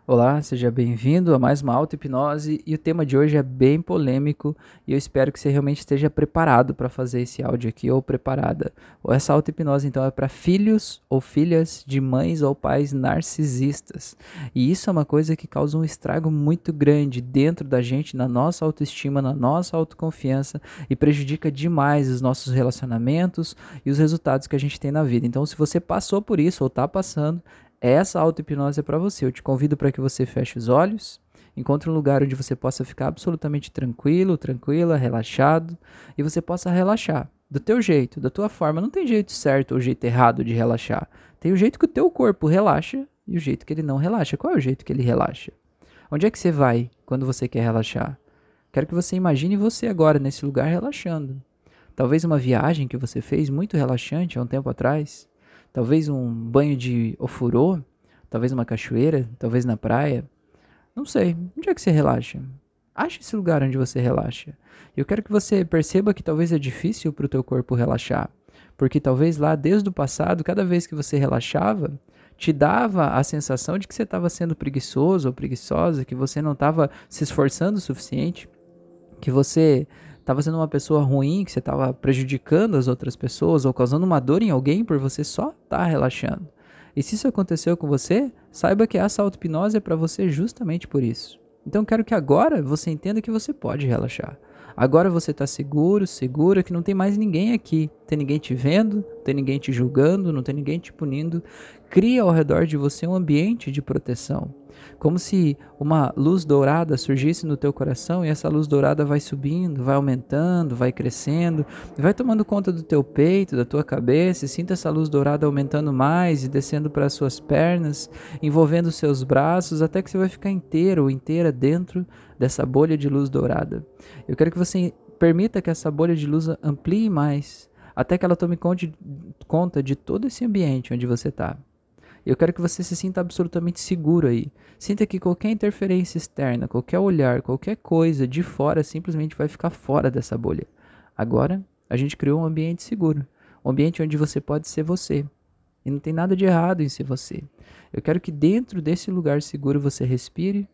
Olá, seja bem-vindo a mais uma auto-hipnose e o tema de hoje é bem polêmico e eu espero que você realmente esteja preparado para fazer esse áudio aqui ou preparada. Essa auto-hipnose então é para filhos ou filhas de mães ou pais narcisistas e isso é uma coisa que causa um estrago muito grande dentro da gente, na nossa autoestima, na nossa autoconfiança e prejudica demais os nossos relacionamentos e os resultados que a gente tem na vida. Então, se você passou por isso ou está passando, essa auto-hipnose é para você. Eu te convido para que você feche os olhos, encontre um lugar onde você possa ficar absolutamente tranquilo, tranquila, relaxado, e você possa relaxar do teu jeito, da tua forma. Não tem jeito certo ou jeito errado de relaxar. Tem o jeito que o teu corpo relaxa e o jeito que ele não relaxa. Qual é o jeito que ele relaxa? Onde é que você vai quando você quer relaxar? Quero que você imagine você agora nesse lugar relaxando. Talvez uma viagem que você fez muito relaxante há um tempo atrás. Talvez um banho de ofurô. Talvez uma cachoeira. Talvez na praia. Não sei. Onde é que você relaxa? Ache esse lugar onde você relaxa. Eu quero que você perceba que talvez é difícil para o teu corpo relaxar. Porque talvez lá desde o passado, cada vez que você relaxava, te dava a sensação de que você estava sendo preguiçoso ou preguiçosa, que você não estava se esforçando o suficiente, que você estava sendo uma pessoa ruim, que você estava prejudicando as outras pessoas ou causando uma dor em alguém por você só estar relaxando. E se isso aconteceu com você, saiba que essa auto-hipnose é para você justamente por isso. Então quero que agora você entenda que você pode relaxar. Agora você está seguro, segura, que não tem mais ninguém aqui. Não tem ninguém te vendo, não tem ninguém te julgando, não tem ninguém te punindo. Cria ao redor de você um ambiente de proteção. Como se uma luz dourada surgisse no teu coração e essa luz dourada vai subindo, vai aumentando, vai crescendo, vai tomando conta do teu peito, da tua cabeça, e sinta essa luz dourada aumentando mais e descendo para as suas pernas, envolvendo os seus braços, até que você vai ficar inteiro ou inteira dentro dessa bolha de luz dourada. Eu quero que você permita que essa bolha de luz amplie mais, até que ela tome conta de todo esse ambiente onde você está. Eu quero que você se sinta absolutamente seguro aí. Sinta que qualquer interferência externa, qualquer olhar, qualquer coisa de fora simplesmente vai ficar fora dessa bolha. Agora, a gente criou um ambiente seguro. Um ambiente onde você pode ser você. E não tem nada de errado em ser você. Eu quero que dentro desse lugar seguro você respire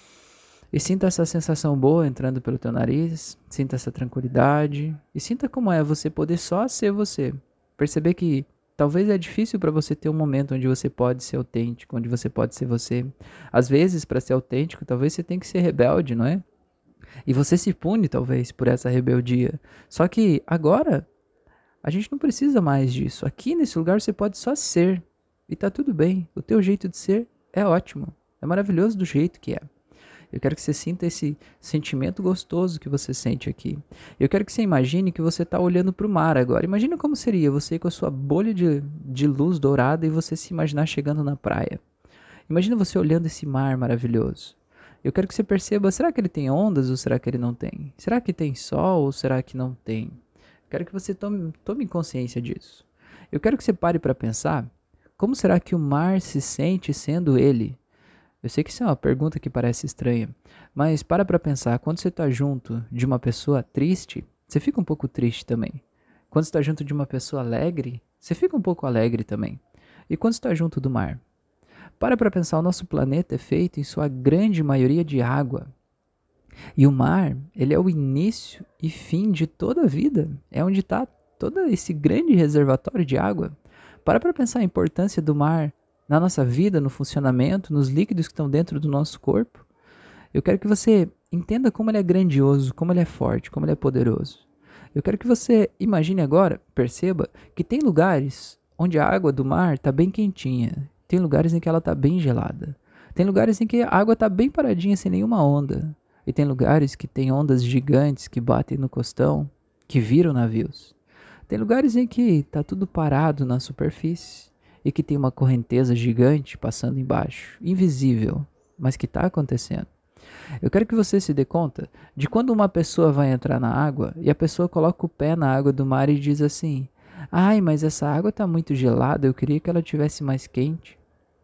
e sinta essa sensação boa entrando pelo teu nariz. Sinta essa tranquilidade. E sinta como é você poder só ser você. Perceber que talvez é difícil para você ter um momento onde você pode ser autêntico, onde você pode ser você. Às vezes, para ser autêntico, talvez você tenha que ser rebelde, não é? E você se pune, talvez, por essa rebeldia. Só que agora, a gente não precisa mais disso. Aqui nesse lugar você pode só ser. E tá tudo bem. O teu jeito de ser é ótimo. É maravilhoso do jeito que é. Eu quero que você sinta esse sentimento gostoso que você sente aqui. Eu quero que você imagine que você está olhando para o mar agora. Imagina como seria você com a sua bolha de luz dourada e você se imaginar chegando na praia. Imagina você olhando esse mar maravilhoso. Eu quero que você perceba, será que ele tem ondas ou será que ele não tem? Será que tem sol ou será que não tem? Eu quero que você tome consciência disso. Eu quero que você pare para pensar, como será que o mar se sente sendo ele? Eu sei que isso é uma pergunta que parece estranha, mas para pensar, quando você está junto de uma pessoa triste, você fica um pouco triste também. Quando você está junto de uma pessoa alegre, você fica um pouco alegre também. E quando você está junto do mar? Para pensar, o nosso planeta é feito em sua grande maioria de água. E o mar, ele é o início e fim de toda a vida. É onde está todo esse grande reservatório de água. Para pensar a importância do mar na nossa vida, no funcionamento, nos líquidos que estão dentro do nosso corpo. Eu quero que você entenda como ele é grandioso, como ele é forte, como ele é poderoso. Eu quero que você imagine agora, perceba, que tem lugares onde a água do mar está bem quentinha. Tem lugares em que ela está bem gelada. Tem lugares em que a água está bem paradinha, sem nenhuma onda. E tem lugares que tem ondas gigantes que batem no costão, que viram navios. Tem lugares em que está tudo parado na superfície e que tem uma correnteza gigante passando embaixo, invisível, mas que está acontecendo. Eu quero que você se dê conta de quando uma pessoa vai entrar na água e a pessoa coloca o pé na água do mar e diz assim: "Ai, mas essa água está muito gelada, eu queria que ela tivesse mais quente."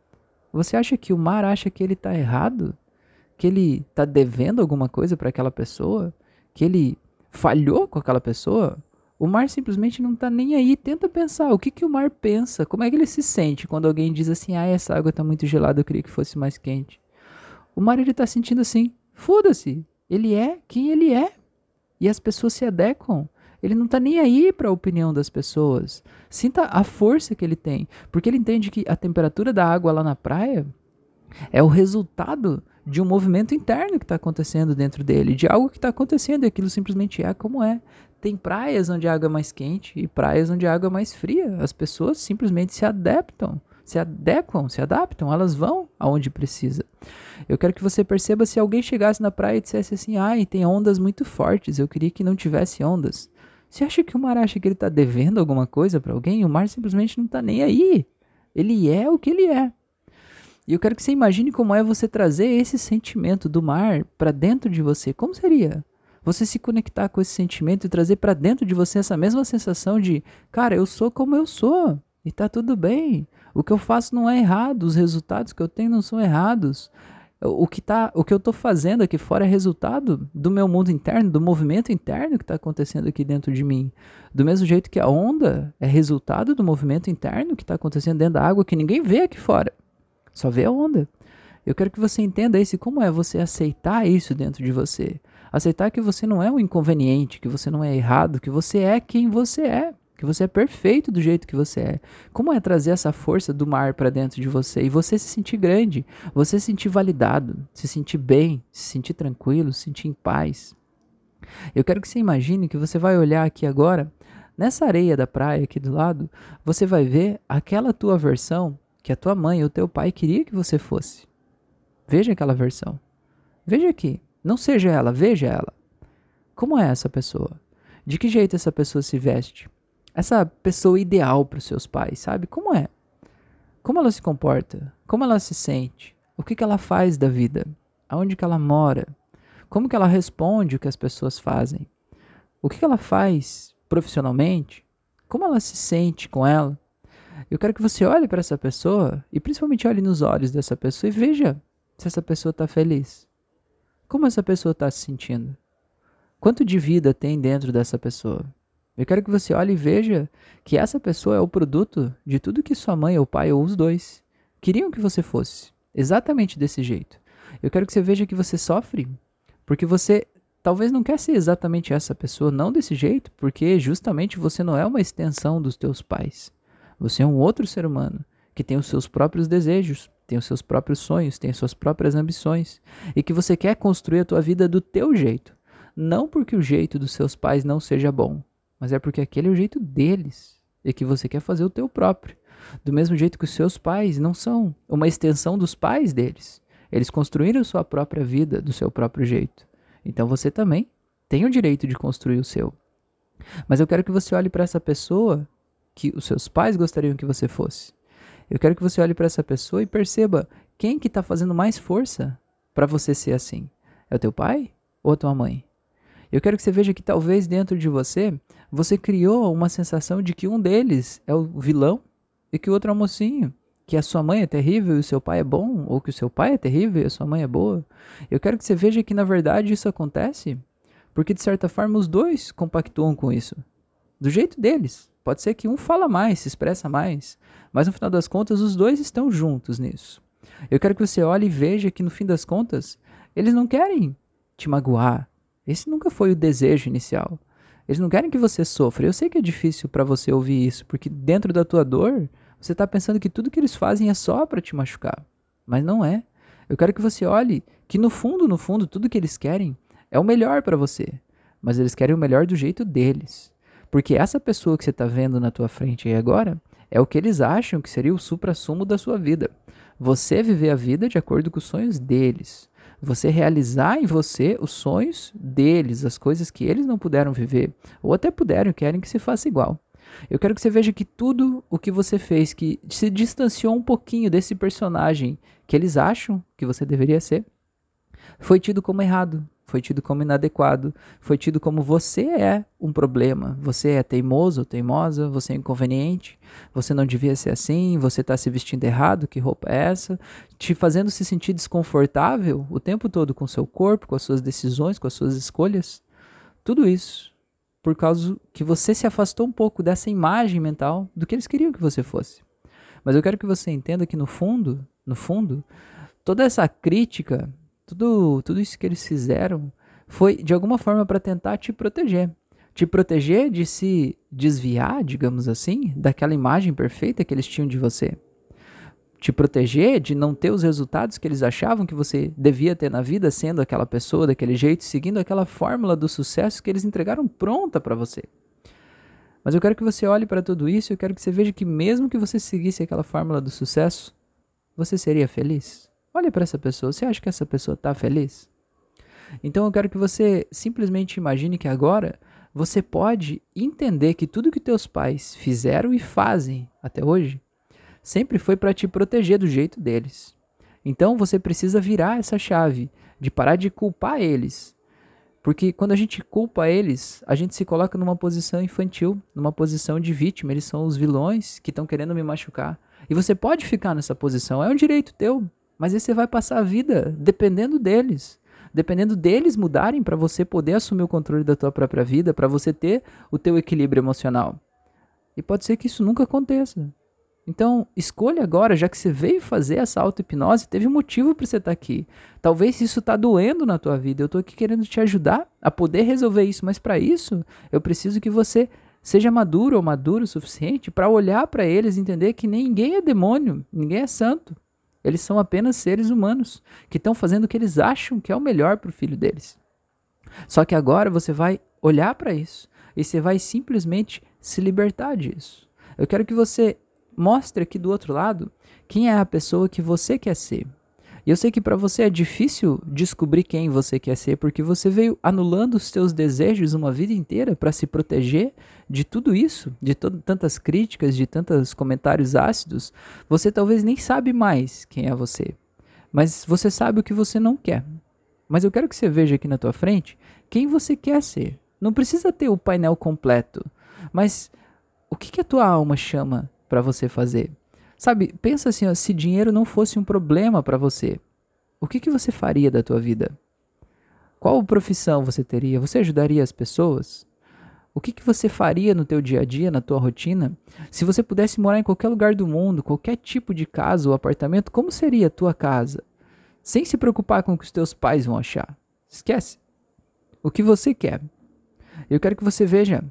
Você acha que o mar acha que ele está errado? Que ele está devendo alguma coisa para aquela pessoa? Que ele falhou com aquela pessoa? O mar simplesmente não está nem aí. Tenta pensar, o que, que o mar pensa? Como é que ele se sente quando alguém diz assim, ah, essa água está muito gelada, eu queria que fosse mais quente? O mar ele tá sentindo assim, foda-se, ele é quem ele é. E as pessoas se adequam. Ele não tá nem aí para a opinião das pessoas. Sinta a força que ele tem, porque ele entende que a temperatura da água lá na praia é o resultado de um movimento interno que está acontecendo dentro dele, de algo que está acontecendo e aquilo simplesmente é como é. Tem praias onde a água é mais quente e praias onde a água é mais fria. As pessoas simplesmente se adaptam, se adaptam, elas vão aonde precisa. Eu quero que você perceba se alguém chegasse na praia e dissesse assim, ai, tem ondas muito fortes, eu queria que não tivesse ondas. Você acha que o mar acha que ele está devendo alguma coisa para alguém? O mar simplesmente não está nem aí. Ele é o que ele é. E eu quero que você imagine como é você trazer esse sentimento do mar para dentro de você. Como seria? Você se conectar com esse sentimento e trazer para dentro de você essa mesma sensação de, cara, eu sou como eu sou e tá tudo bem. O que eu faço não é errado, os resultados que eu tenho não são errados. O que eu estou fazendo aqui fora é resultado do meu mundo interno, do movimento interno que está acontecendo aqui dentro de mim. Do mesmo jeito que a onda é resultado do movimento interno que está acontecendo dentro da água que ninguém vê aqui fora. Só vê a onda. Eu quero que você entenda isso, como é você aceitar isso dentro de você. Aceitar que você não é um inconveniente, que você não é errado, que você é quem você é. Que você é perfeito do jeito que você é. Como é trazer essa força do mar para dentro de você e você se sentir grande, você se sentir validado, se sentir bem, se sentir tranquilo, se sentir em paz. Eu quero que você imagine que você vai olhar aqui agora, nessa areia da praia aqui do lado, você vai ver aquela tua versão que a tua mãe ou teu pai queria que você fosse. Veja aquela versão. Veja aqui. Não seja ela, veja ela. Como é essa pessoa? De que jeito essa pessoa se veste? Essa pessoa ideal para os seus pais, sabe? Como é? Como ela se comporta? Como ela se sente? O que ela faz da vida? Aonde que ela mora? Como que ela responde o que as pessoas fazem? O que ela faz profissionalmente? Como ela se sente com ela? Eu quero que você olhe para essa pessoa e principalmente olhe nos olhos dessa pessoa e veja se essa pessoa está feliz. Como essa pessoa está se sentindo? Quanto de vida tem dentro dessa pessoa? Eu quero que você olhe e veja que essa pessoa é o produto de tudo que sua mãe ou pai ou os dois queriam que você fosse. Exatamente desse jeito. Eu quero que você veja que você sofre porque você talvez não quer ser exatamente essa pessoa, não desse jeito, porque justamente você não é uma extensão dos teus pais. Você é um outro ser humano que tem os seus próprios desejos, tem os seus próprios sonhos, tem as suas próprias ambições e que você quer construir a tua vida do teu jeito. Não porque o jeito dos seus pais não seja bom, mas é porque aquele é o jeito deles e que você quer fazer o teu próprio. Do mesmo jeito que os seus pais não são uma extensão dos pais deles. Eles construíram sua própria vida do seu próprio jeito. Então você também tem o direito de construir o seu. Mas eu quero que você olhe para essa pessoa que os seus pais gostariam que você fosse. Eu quero que você olhe para essa pessoa e perceba quem que está fazendo mais força para você ser assim. É o teu pai ou a tua mãe? Eu quero que você veja que talvez dentro de você, você criou uma sensação de que um deles é o vilão e que o outro é o mocinho. Que a sua mãe é terrível e o seu pai é bom, ou que o seu pai é terrível e a sua mãe é boa. Eu quero que você veja que na verdade isso acontece porque de certa forma os dois compactuam com isso. Do jeito deles. Pode ser que um fala mais, se expressa mais, mas no final das contas os dois estão juntos nisso. Eu quero que você olhe e veja que no fim das contas eles não querem te magoar. Esse nunca foi o desejo inicial. Eles não querem que você sofra. Eu sei que é difícil para você ouvir isso, porque dentro da tua dor, você está pensando que tudo que eles fazem é só para te machucar. Mas não é. Eu quero que você olhe que no fundo, tudo que eles querem é o melhor para você. Mas eles querem o melhor do jeito deles. Porque essa pessoa que você está vendo na tua frente aí agora é o que eles acham que seria o suprassumo da sua vida. Você viver a vida de acordo com os sonhos deles. Você realizar em você os sonhos deles, as coisas que eles não puderam viver, ou até puderam e querem que se faça igual. Eu quero que você veja que tudo o que você fez, que se distanciou um pouquinho desse personagem que eles acham que você deveria ser, foi tido como errado, foi tido como inadequado, foi tido como você é um problema, você é teimoso ou teimosa, você é inconveniente, você não devia ser assim, você está se vestindo errado, que roupa é essa? Te fazendo se sentir desconfortável o tempo todo com o seu corpo, com as suas decisões, com as suas escolhas. Tudo isso por causa que você se afastou um pouco dessa imagem mental do que eles queriam que você fosse. Mas eu quero que você entenda que no fundo, toda essa crítica Tudo isso que eles fizeram foi de alguma forma para tentar te proteger. Te proteger de se desviar, digamos assim, daquela imagem perfeita que eles tinham de você. Te proteger de não ter os resultados que eles achavam que você devia ter na vida, sendo aquela pessoa daquele jeito, seguindo aquela fórmula do sucesso que eles entregaram pronta para você. Mas eu quero que você olhe para tudo isso e eu quero que você veja que mesmo que você seguisse aquela fórmula do sucesso, você seria feliz? Olha para essa pessoa, você acha que essa pessoa está feliz? Então eu quero que você simplesmente imagine que agora você pode entender que tudo que teus pais fizeram e fazem até hoje sempre foi para te proteger do jeito deles. Então você precisa virar essa chave de parar de culpar eles. Porque quando a gente culpa eles, a gente se coloca numa posição infantil, numa posição de vítima. Eles são os vilões que estão querendo me machucar. E você pode ficar nessa posição, é um direito teu. Mas aí você vai passar a vida dependendo deles. Dependendo deles mudarem para você poder assumir o controle da tua própria vida, para você ter o teu equilíbrio emocional. E pode ser que isso nunca aconteça. Então, escolha agora, já que você veio fazer essa auto-hipnose, teve um motivo para você estar aqui. Talvez isso está doendo na tua vida, eu estou aqui querendo te ajudar a poder resolver isso, mas para isso, eu preciso que você seja maduro ou maduro o suficiente para olhar para eles e entender que ninguém é demônio, ninguém é santo. Eles são apenas seres humanos que estão fazendo o que eles acham que é o melhor para o filho deles. Só que agora você vai olhar para isso e você vai simplesmente se libertar disso. Eu quero que você mostre aqui do outro lado quem é a pessoa que você quer ser. E eu sei que para você é difícil descobrir quem você quer ser, porque você veio anulando os seus desejos uma vida inteira para se proteger de tudo isso, de tantas críticas, de tantos comentários ácidos. Você talvez nem sabe mais quem é você, mas você sabe o que você não quer. Mas eu quero que você veja aqui na tua frente quem você quer ser. Não precisa ter o painel completo, mas o que a tua alma chama para você fazer? Sabe, pensa assim, ó, se dinheiro não fosse um problema para você, o que você faria da tua vida? Qual profissão você teria? Você ajudaria as pessoas? O que você faria no teu dia a dia, na tua rotina? Se você pudesse morar em qualquer lugar do mundo, qualquer tipo de casa ou apartamento, como seria a tua casa? Sem se preocupar com o que os teus pais vão achar. Esquece. O que você quer. Eu quero que você veja,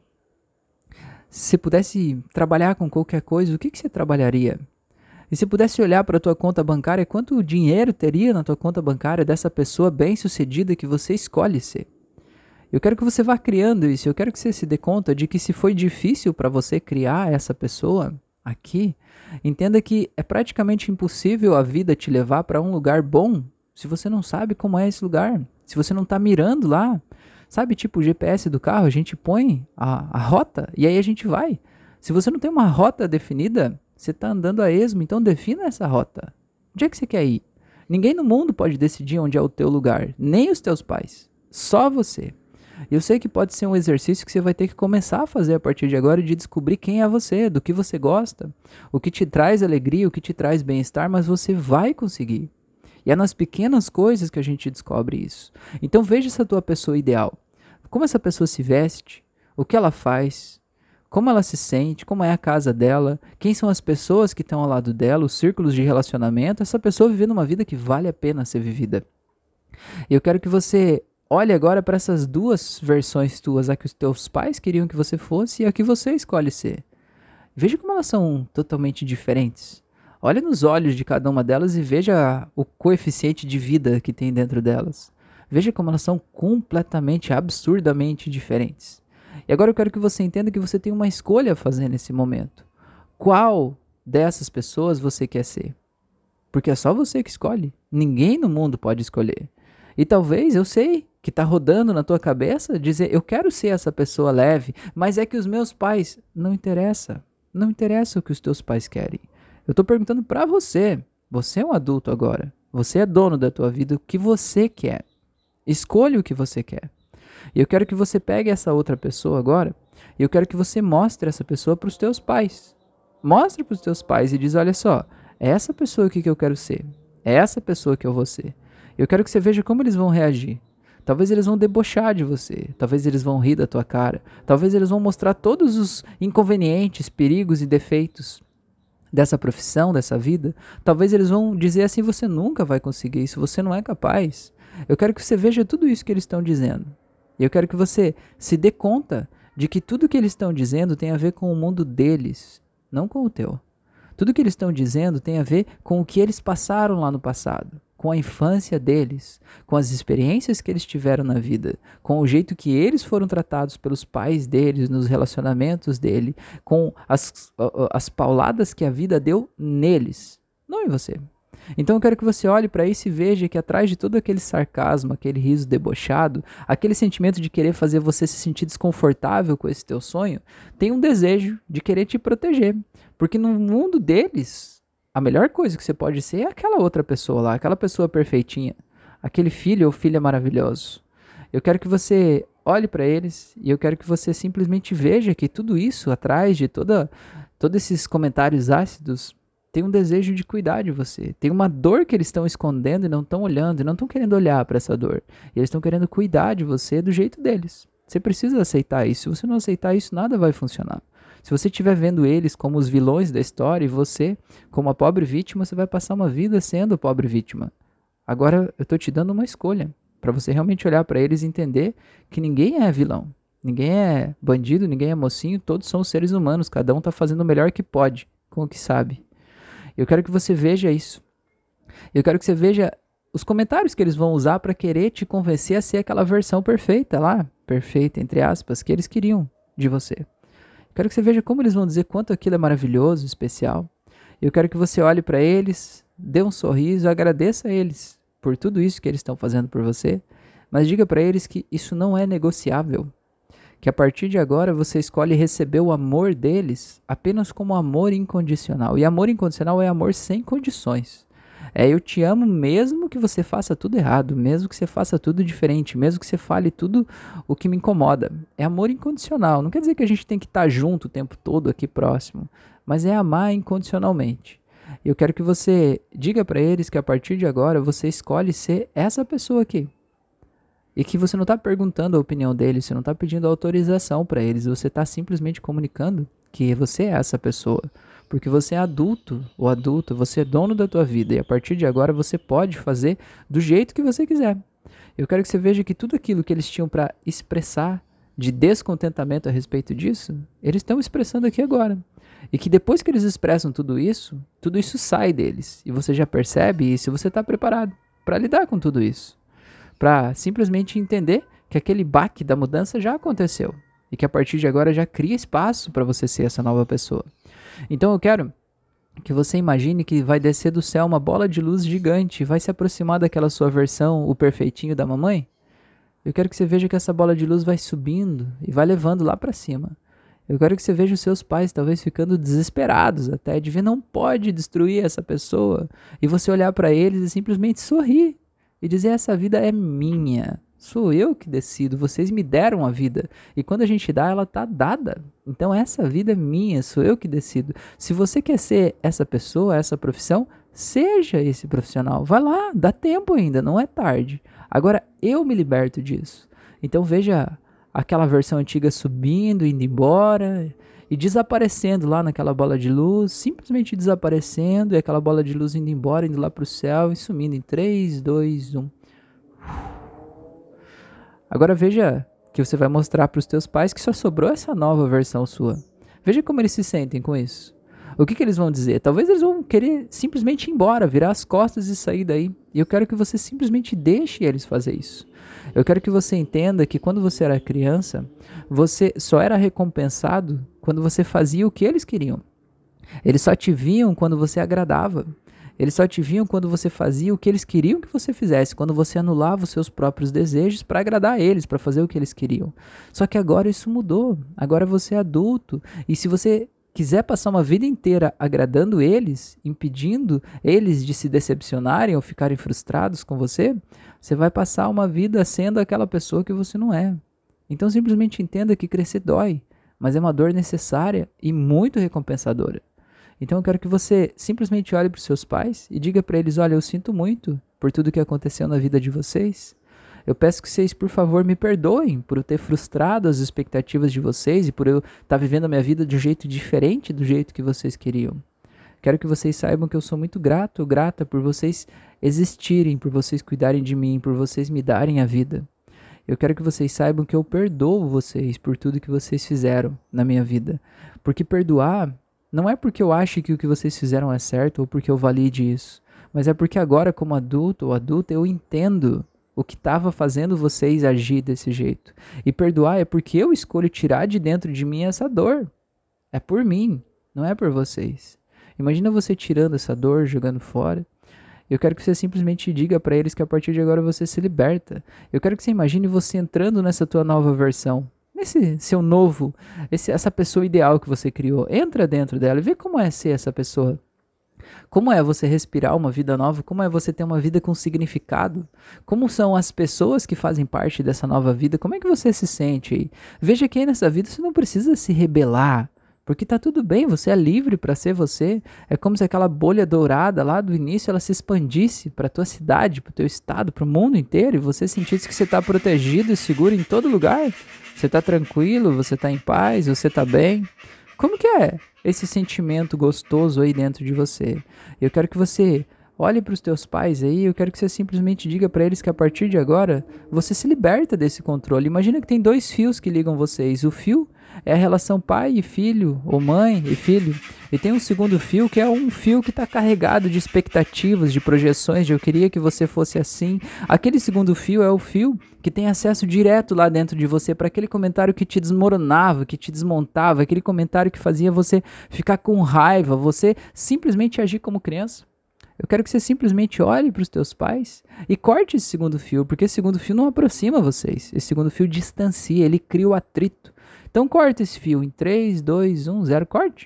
se você pudesse trabalhar com qualquer coisa, o que você trabalharia? E se pudesse olhar para a tua conta bancária, quanto dinheiro teria na tua conta bancária dessa pessoa bem-sucedida que você escolhe ser? Eu quero que você vá criando isso, eu quero que você se dê conta de que se foi difícil para você criar essa pessoa aqui, entenda que é praticamente impossível a vida te levar para um lugar bom se você não sabe como é esse lugar, se você não está mirando lá. Sabe, tipo o GPS do carro, a gente põe a rota e aí a gente vai. Se você não tem uma rota definida, você está andando a esmo, então defina essa rota. Onde é que você quer ir? Ninguém no mundo pode decidir onde é o teu lugar, nem os teus pais, só você. Eu sei que pode ser um exercício que você vai ter que começar a fazer a partir de agora, de descobrir quem é você, do que você gosta, o que te traz alegria, o que te traz bem-estar, mas você vai conseguir. E é nas pequenas coisas que a gente descobre isso. Então veja essa tua pessoa ideal. Como essa pessoa se veste, o que ela faz, como ela se sente, como é a casa dela, quem são as pessoas que estão ao lado dela, os círculos de relacionamento, essa pessoa vivendo uma vida que vale a pena ser vivida. E eu quero que você olhe agora para essas duas versões tuas, a que os teus pais queriam que você fosse e a que você escolhe ser. Veja como elas são totalmente diferentes. Olhe nos olhos de cada uma delas e veja o coeficiente de vida que tem dentro delas. Veja como elas são completamente, absurdamente diferentes. E agora eu quero que você entenda que você tem uma escolha a fazer nesse momento. Qual dessas pessoas você quer ser? Porque é só você que escolhe. Ninguém no mundo pode escolher. E talvez, eu sei, que está rodando na tua cabeça, dizer, eu quero ser essa pessoa leve, mas é que os meus pais, não interessa. Não interessa o que os teus pais querem. Eu estou perguntando para você. Você é um adulto agora. Você é dono da tua vida, o que você quer. Escolha o que você quer. E eu quero que você pegue essa outra pessoa agora, e eu quero que você mostre essa pessoa para os teus pais. Mostre para os teus pais e diz, olha só, é essa pessoa aqui que eu quero ser. É essa pessoa que eu vou ser. Eu quero que você veja como eles vão reagir. Talvez eles vão debochar de você. Talvez eles vão rir da tua cara. Talvez eles vão mostrar todos os inconvenientes, perigos e defeitos. dessa profissão, dessa vida, talvez eles vão dizer assim: você nunca vai conseguir isso, você não é capaz. Eu quero que você veja tudo isso que eles estão dizendo. E eu quero que você se dê conta de que tudo que eles estão dizendo tem a ver com o mundo deles, não com o teu. Tudo que eles estão dizendo tem a ver com o que eles passaram lá no passado, com a infância deles, com as experiências que eles tiveram na vida, com o jeito que eles foram tratados pelos pais deles, nos relacionamentos dele, com as pauladas que a vida deu neles, não em você. Então eu quero que você olhe para isso e veja que atrás de todo aquele sarcasmo, aquele riso debochado, aquele sentimento de querer fazer você se sentir desconfortável com esse teu sonho, tem um desejo de querer te proteger. Porque no mundo deles, a melhor coisa que você pode ser é aquela outra pessoa lá, aquela pessoa perfeitinha, aquele filho ou filha maravilhoso. Eu quero que você olhe para eles e eu quero que você simplesmente veja que tudo isso atrás de todos esses comentários ácidos tem um desejo de cuidar de você. Tem uma dor que eles estão escondendo e não estão olhando, e não estão querendo olhar para essa dor. E eles estão querendo cuidar de você do jeito deles. Você precisa aceitar isso. Se você não aceitar isso, nada vai funcionar. Se você estiver vendo eles como os vilões da história e você como a pobre vítima, você vai passar uma vida sendo a pobre vítima. Agora eu estou te dando uma escolha para você realmente olhar para eles e entender que ninguém é vilão. Ninguém é bandido, ninguém é mocinho, todos são seres humanos. Cada um está fazendo o melhor que pode com o que sabe. Eu quero que você veja isso. Eu quero que você veja os comentários que eles vão usar para querer te convencer a ser aquela versão perfeita lá, perfeita entre aspas, que eles queriam de você. Eu quero que você veja como eles vão dizer quanto aquilo é maravilhoso, especial. Eu quero que você olhe para eles, dê um sorriso, agradeça a eles por tudo isso que eles estão fazendo por você, mas diga para eles que isso não é negociável. Que a partir de agora você escolhe receber o amor deles apenas como amor incondicional. E amor incondicional é amor sem condições. É eu te amo mesmo que você faça tudo errado, mesmo que você faça tudo diferente, mesmo que você fale tudo o que me incomoda. É amor incondicional. Não quer dizer que a gente tem que estar junto o tempo todo aqui próximo, mas é amar incondicionalmente. Eu quero que você diga para eles que a partir de agora você escolhe ser essa pessoa aqui. E que você não está perguntando a opinião deles, você não está pedindo autorização para eles, você está simplesmente comunicando que você é essa pessoa. Porque você é adulto ou adulta, você é dono da tua vida e a partir de agora você pode fazer do jeito que você quiser. Eu quero que você veja que tudo aquilo que eles tinham para expressar de descontentamento a respeito disso, eles estão expressando aqui agora. E que depois que eles expressam tudo isso sai deles. E você já percebe isso e você está preparado para lidar com tudo isso. Para simplesmente entender que aquele baque da mudança já aconteceu e que a partir de agora já cria espaço para você ser essa nova pessoa. Então eu quero que você imagine que vai descer do céu uma bola de luz gigante, vai se aproximar daquela sua versão, o perfeitinho da mamãe. Eu quero que você veja que essa bola de luz vai subindo e vai levando lá para cima. Eu quero que você veja os seus pais talvez ficando desesperados até de ver não pode destruir essa pessoa e você olhar para eles e simplesmente sorrir. E dizer, essa vida é minha, sou eu que decido, vocês me deram a vida. E quando a gente dá, ela está dada. Então essa vida é minha, sou eu que decido. Se você quer ser essa pessoa, essa profissão, seja esse profissional. Vai lá, dá tempo ainda, não é tarde. Agora eu me liberto disso. Então veja aquela versão antiga subindo, indo embora e desaparecendo lá naquela bola de luz, simplesmente desaparecendo, e aquela bola de luz indo embora, indo lá para o céu e sumindo em 3, 2, 1. Agora veja que você vai mostrar para os teus pais que só sobrou essa nova versão sua. Veja como eles se sentem com isso. O que eles vão dizer? Talvez eles vão querer simplesmente ir embora, virar as costas e sair daí. E eu quero que você simplesmente deixe eles fazer isso. Eu quero que você entenda que quando você era criança, você só era recompensado quando você fazia o que eles queriam. Eles só te viam quando você agradava. Eles só te viam quando você fazia o que eles queriam que você fizesse, quando você anulava os seus próprios desejos para agradar eles, para fazer o que eles queriam. Só que agora isso mudou. Agora você é adulto. E se você quiser passar uma vida inteira agradando eles, impedindo eles de se decepcionarem ou ficarem frustrados com você, você vai passar uma vida sendo aquela pessoa que você não é. Então simplesmente entenda que crescer dói, mas é uma dor necessária e muito recompensadora. Então eu quero que você simplesmente olhe para os seus pais e diga para eles, olha, eu sinto muito por tudo que aconteceu na vida de vocês. Eu peço que vocês, por favor, me perdoem por eu ter frustrado as expectativas de vocês e por eu estar vivendo a minha vida de um jeito diferente do jeito que vocês queriam. Quero que vocês saibam que eu sou muito grato, grata por vocês existirem, por vocês cuidarem de mim, por vocês me darem a vida. Eu quero que vocês saibam que eu perdoo vocês por tudo que vocês fizeram na minha vida. Porque perdoar não é porque eu acho que o que vocês fizeram é certo ou porque eu valide isso, mas é porque agora, como adulto ou adulta, eu entendo o que estava fazendo vocês agir desse jeito. E perdoar é porque eu escolho tirar de dentro de mim essa dor. É por mim, não é por vocês. Imagina você tirando essa dor, jogando fora. Eu quero que você simplesmente diga para eles que a partir de agora você se liberta. Eu quero que você imagine você entrando nessa tua nova versão, nesse seu novo, essa pessoa ideal que você criou. Entra dentro dela e vê como é ser essa pessoa. Como é você respirar uma vida nova? Como é você ter uma vida com significado? Como são as pessoas que fazem parte dessa nova vida? Como é que você se sente aí? Veja que aí nessa vida você não precisa se rebelar, porque tá tudo bem, você é livre para ser você. É como se aquela bolha dourada lá do início ela se expandisse para tua cidade, para o teu estado, para o mundo inteiro e você sentisse que você está protegido e seguro em todo lugar. Você está tranquilo, você está em paz, você está bem. Como que é esse sentimento gostoso aí dentro de você? Eu quero que você olhe para os teus pais aí, eu quero que você simplesmente diga para eles que a partir de agora você se liberta desse controle. Imagina que tem dois fios que ligam vocês. O fio é a relação pai e filho, ou mãe e filho. E tem um segundo fio que é um fio que está carregado de expectativas, de projeções, de eu queria que você fosse assim. Aquele segundo fio é o fio que tem acesso direto lá dentro de você para aquele comentário que te desmoronava, que te desmontava, aquele comentário que fazia você ficar com raiva, você simplesmente agir como criança. Eu quero que você simplesmente olhe para os teus pais e corte esse segundo fio, porque esse segundo fio não aproxima vocês. Esse segundo fio distancia, ele cria o atrito. Então corta esse fio em 3, 2, 1, 0, corte.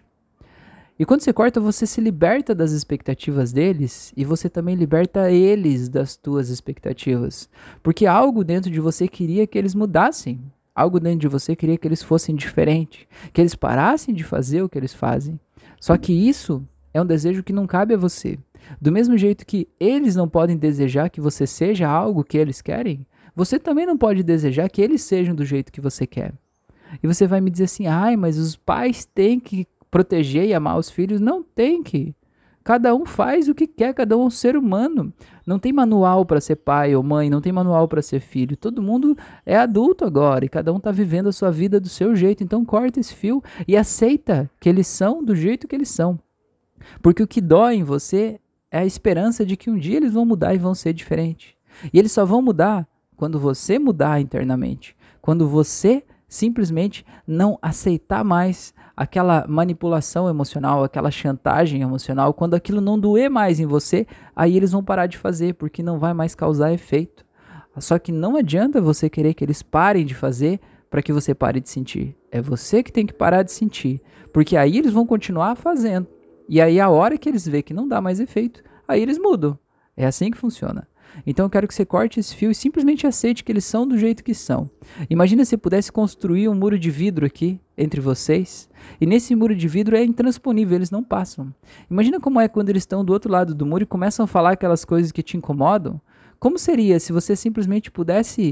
E quando você corta, você se liberta das expectativas deles e você também liberta eles das tuas expectativas. Porque algo dentro de você queria que eles mudassem. Algo dentro de você queria que eles fossem diferentes, que eles parassem de fazer o que eles fazem. Só que isso é um desejo que não cabe a você. Do mesmo jeito que eles não podem desejar que você seja algo que eles querem, você também não pode desejar que eles sejam do jeito que você quer. E você vai me dizer assim, ai, mas os pais têm que proteger e amar os filhos. Não tem que. Cada um faz o que quer, cada um é um ser humano. Não tem manual para ser pai ou mãe, não tem manual para ser filho. Todo mundo é adulto agora e cada um está vivendo a sua vida do seu jeito. Então corta esse fio e aceita que eles são do jeito que eles são. Porque o que dói em você é a esperança de que um dia eles vão mudar e vão ser diferentes. E eles só vão mudar quando você mudar internamente. Quando você simplesmente não aceitar mais aquela manipulação emocional, aquela chantagem emocional, quando aquilo não doer mais em você, aí eles vão parar de fazer, porque não vai mais causar efeito. Só que não adianta você querer que eles parem de fazer para que você pare de sentir. É você que tem que parar de sentir, porque aí eles vão continuar fazendo. E aí a hora que eles vê que não dá mais efeito, aí eles mudam. É assim que funciona. Então eu quero que você corte esse fio e simplesmente aceite que eles são do jeito que são. Imagina se pudesse construir um muro de vidro aqui entre vocês, e nesse muro de vidro é intransponível, eles não passam. Imagina como é quando eles estão do outro lado do muro e começam a falar aquelas coisas que te incomodam. Como seria se você simplesmente pudesse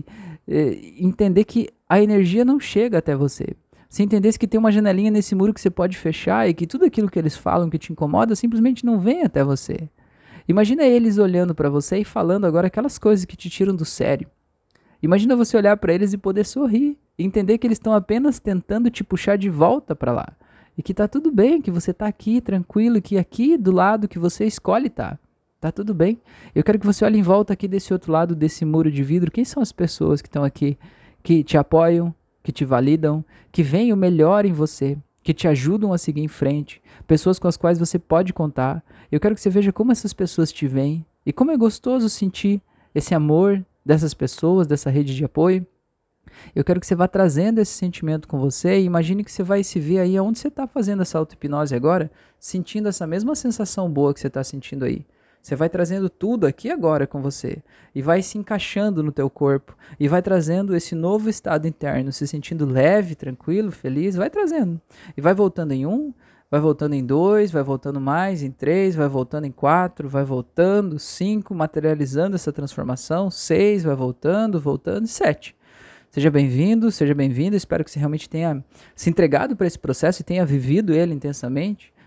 entender que a energia não chega até você? Se entendesse que tem uma janelinha nesse muro que você pode fechar e que tudo aquilo que eles falam que te incomoda simplesmente não vem até você. Imagina eles olhando para você e falando agora aquelas coisas que te tiram do sério. Imagina você olhar para eles e poder sorrir, e entender que eles estão apenas tentando te puxar de volta para lá. E que tá tudo bem, que você tá aqui tranquilo, que aqui do lado que você escolhe tá. Tá tudo bem. Eu quero que você olhe em volta aqui desse outro lado desse muro de vidro. Quem são as pessoas que estão aqui, que te apoiam, que te validam, que veem o melhor em você, que te ajudam a seguir em frente, pessoas com as quais você pode contar. Eu quero que você veja como essas pessoas te veem e como é gostoso sentir esse amor dessas pessoas, dessa rede de apoio. Eu quero que você vá trazendo esse sentimento com você e imagine que você vai se ver aí onde você está fazendo essa auto-hipnose agora, sentindo essa mesma sensação boa que você está sentindo aí. Você vai trazendo tudo aqui agora com você e vai se encaixando no teu corpo e vai trazendo esse novo estado interno, se sentindo leve, tranquilo, feliz, vai trazendo. E vai voltando em 1, vai voltando em 2, vai voltando mais em 3, vai voltando em 4, vai voltando 5, materializando essa transformação, 6, vai voltando, voltando, 7. Seja bem-vindo, seja bem-vinda, espero que você realmente tenha se entregado para esse processo e tenha vivido ele intensamente.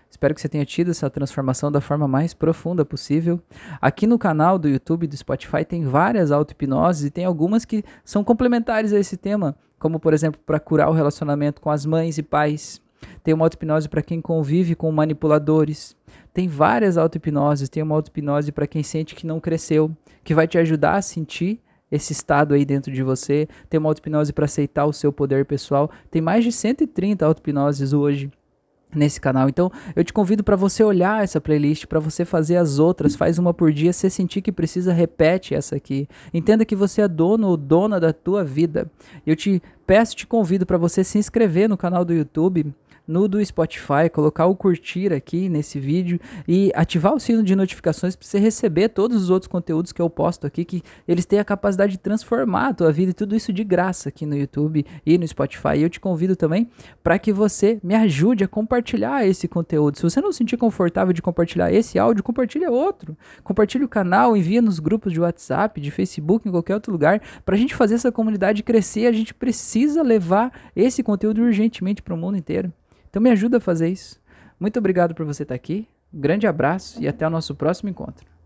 Espero que você tenha tido essa transformação da forma mais profunda possível. Aqui no canal do YouTube e do Spotify tem várias auto-hipnoses e tem algumas que são complementares a esse tema, como por exemplo para curar o relacionamento com as mães e pais. Tem uma auto-hipnose para quem convive com manipuladores. Tem várias auto-hipnoses. Tem uma auto-hipnose para quem sente que não cresceu, que vai te ajudar a sentir esse estado aí dentro de você. Tem uma auto-hipnose para aceitar o seu poder pessoal. Tem mais de 130 auto-hipnoses hoje nesse canal. Então eu te convido para você olhar essa playlist, para você fazer as outras, faz uma por dia, se sentir que precisa, repete essa aqui. Entenda que você é dono ou dona da tua vida. Eu te peço, te convido para você se inscrever no canal do YouTube, no do Spotify, colocar o curtir aqui nesse vídeo e ativar o sino de notificações para você receber todos os outros conteúdos que eu posto aqui, que eles têm a capacidade de transformar a tua vida, e tudo isso de graça aqui no YouTube e no Spotify. E eu te convido também para que você me ajude a compartilhar esse conteúdo. Se você não se sentir confortável de compartilhar esse áudio, compartilha outro. Compartilha o canal, envia nos grupos de WhatsApp, de Facebook, em qualquer outro lugar, para a gente fazer essa comunidade crescer. A gente precisa levar esse conteúdo urgentemente para o mundo inteiro. Então me ajuda a fazer isso. Muito obrigado por você estar aqui. Um grande abraço e até o nosso próximo encontro.